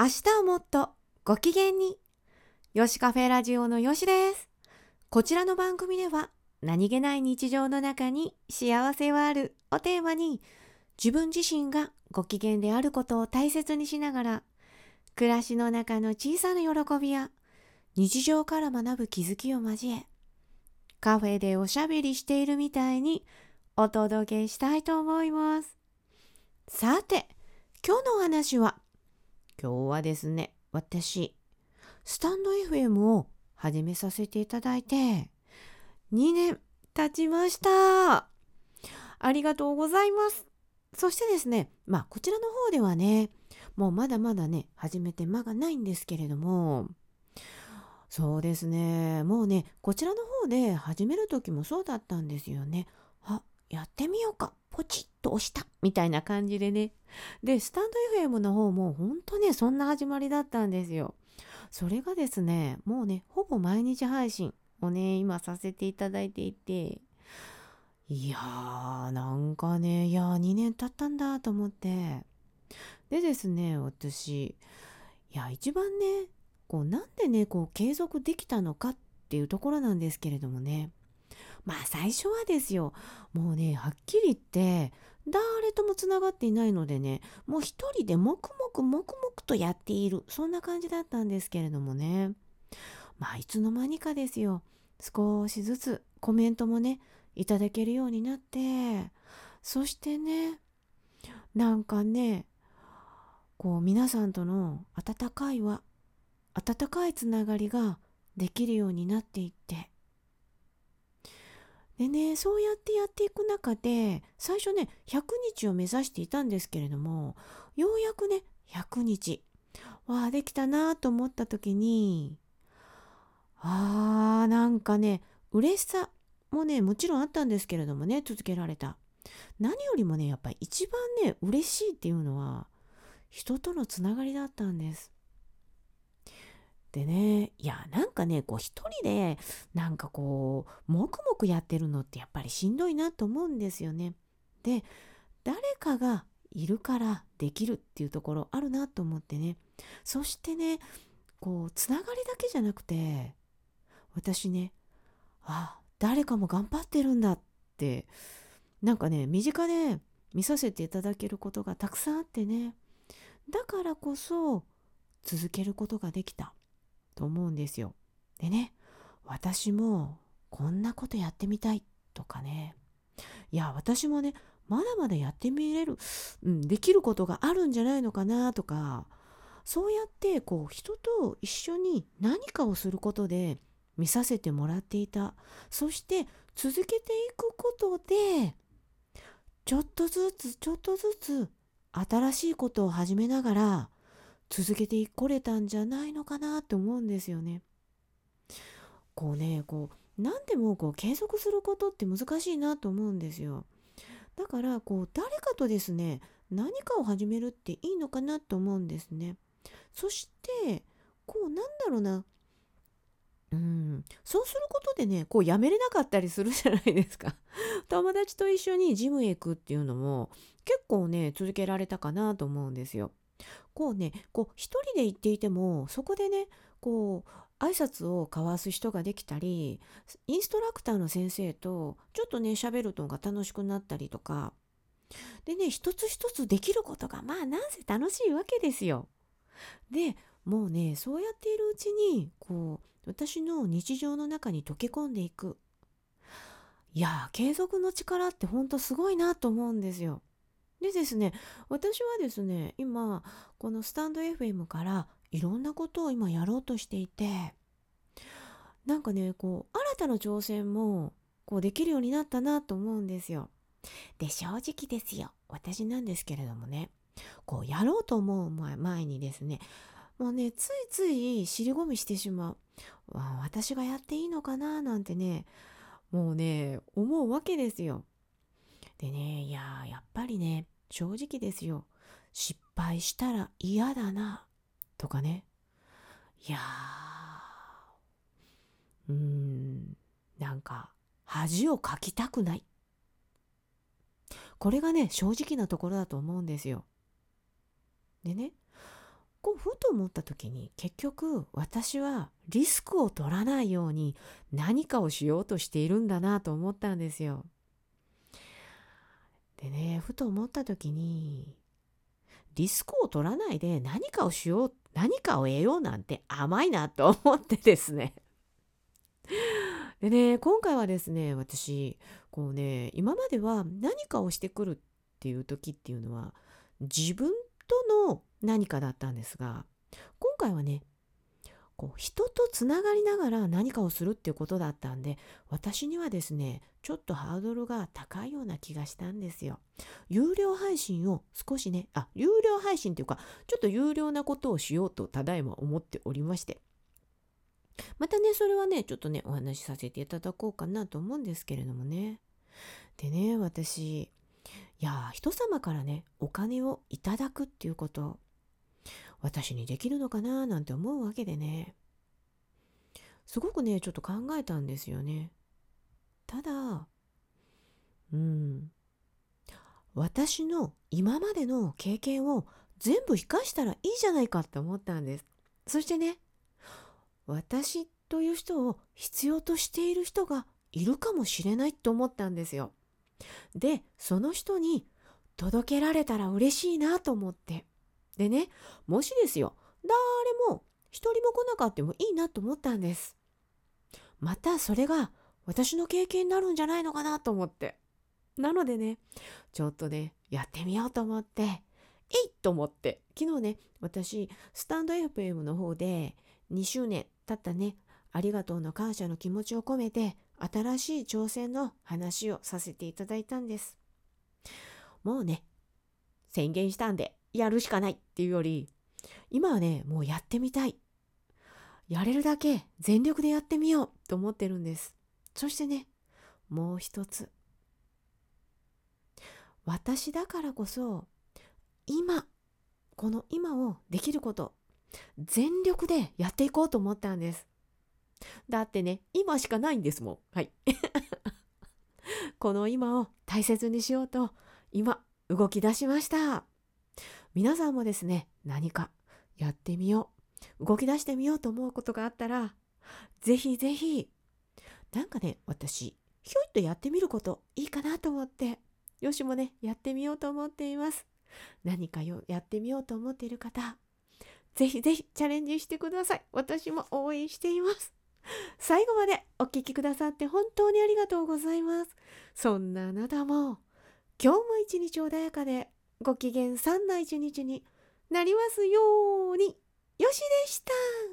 明日をもっとご機嫌に。よしカフェラジオのよしです。こちらの番組では、何気ない日常の中に幸せはあるをテーマに、自分自身がご機嫌であることを大切にしながら、暮らしの中の小さな喜びや日常から学ぶ気づきを交え、カフェでおしゃべりしているみたいにお届けしたいと思います。さて、今日のお話は、今日はですね、私、スタンド FM を始めさせていただいて、2年経ちました。ありがとうございます。そしてですね、こちらの方ではね、もうまだまだね、始めて間がないんですけれども、そうですね、もうね、こちらの方で始める時もそうだったんですよね。やってみようか、ポチッと押したみたいな感じでね。で、スタンド FM の方も本当ね、そんな始まりだったんですよ。それがですね、もうね、ほぼ毎日配信をね、今させていただいていて、いやー、なんかね、2年経ったんだと思って。でですね、私、一番ね、なんでね、継続できたのかっていうところなんですけれどもね。最初はですよ、もうね、はっきり言って、誰ともつながっていないのでね、もう一人で黙々黙々とやっている、そんな感じだったんですけれどもね。いつの間にかですよ、少しずつコメントもね、いただけるようになって、そしてね、なんかね、皆さんとの温かい温かいつながりができるようになっていって、でね、そうやってやっていく中で、最初ね、100日を目指していたんですけれども、ようやくね、100日、できたなと思った時に、なんかね、嬉しさもね、もちろんあったんですけれどもね、続けられた。何よりもね、やっぱり一番ね、嬉しいっていうのは、人とのつながりだったんです。でね、なんかね、一人で、黙々やってるのってやっぱりしんどいなと思うんですよね。で、誰かがいるからできるっていうところあるなと思ってね。そしてね、つながりだけじゃなくて、私ね、誰かも頑張ってるんだって、なんかね、身近で見させていただけることがたくさんあってね、だからこそ続けることができたと思うんですよ。でね、私もこんなことやってみたいとかね、私もね、まだまだやってみれる、できることがあるんじゃないのかなとか、そうやって人と一緒に何かをすることで見させてもらっていた。そして続けていくことで、ちょっとずつちょっとずつ新しいことを始めながら続けてこれたんじゃないのかなって思うんですよね。何でも継続することって難しいなと思うんですよ。だから誰かとですね、何かを始めるっていいのかなと思うんですね。そしてなんだろうな、そうすることでね、やめれなかったりするじゃないですか。友達と一緒にジムへ行くっていうのも結構ね、続けられたかなと思うんですよ。一人で行っていても、そこでね、挨拶を交わす人ができたり、インストラクターの先生とちょっとね、喋るのが楽しくなったりとか、でね、一つ一つできることがなんせ楽しいわけですよ。で、もうね、そうやっているうちに、私の日常の中に溶け込んでいく。継続の力ってほんとすごいなと思うんですよ。でですね、私はですね、今、このスタンド FM からいろんなことを今やろうとしていて、なんかね、新たな挑戦も、できるようになったなと思うんですよ。で、正直ですよ。私なんですけれどもね、やろうと思う前にですね、もうね、ついつい尻込みしてしまう。私がやっていいのかななんてね、もうね、思うわけですよ。でね、やっぱりね、正直ですよ。失敗したら嫌だな、とかね。いやなんか、恥をかきたくない。これがね、正直なところだと思うんですよ。でね、 ふと思った時に、結局私はリスクを取らないように何かをしようとしているんだなと思ったんですよ。でね、ふと思った時に、リスクを取らないで何かをしよう、何かを得ようなんて甘いなと思ってですね。でね、今回はですね、私、今までは何かをしてくるっていう時っていうのは、自分との何かだったんですが、今回はね、人とつながりながら何かをするっていうことだったんで、私にはですね、ちょっとハードルが高いような気がしたんですよ。有料配信を少しね、有料配信っていうか、ちょっと有料なことをしようとただいま思っておりまして。またね、それはね、ちょっとね、お話しさせていただこうかなと思うんですけれどもね。でね、私、人様からね、お金をいただくっていうこと、私にできるのかななんて思うわけでね。すごくね、ちょっと考えたんですよね。ただ、うん、私の今までの経験を全部活かしたらいいじゃないかって思ったんです。そしてね、私という人を必要としている人がいるかもしれないと思ったんですよ。で、その人に届けられたら嬉しいなと思って。でね、もしですよ、誰も一人も来なかったもいいなと思ったんです。またそれが私の経験になるんじゃないのかなと思って。なのでね、ちょっとね、やってみようと思って、と思って、昨日ね、私、スタンド FM の方で2周年経ったね、ありがとうの感謝の気持ちを込めて、新しい挑戦の話をさせていただいたんです。もうね、宣言したんで、やるしかないっていうより、今はね、もうやってみたい。やれるだけ全力でやってみようと思ってるんです。そしてね、もう一つ。私だからこそ、この今をできること、全力でやっていこうと思ったんです。だってね、今しかないんですもん。はい。この今を大切にしようと、今、動き出しました。皆さんもですね、何かやってみよう、動き出してみようと思うことがあったら、ぜひぜひ、なんかね、私、ひょいっとやってみることいいかなと思って、よしもね、やってみようと思っています。何かやってみようと思っている方、ぜひぜひチャレンジしてください。私も応援しています。最後までお聞きくださって本当にありがとうございます。そんなあなたも、今日も一日穏やかで、ご機嫌さんな一日になりますように。よしでした。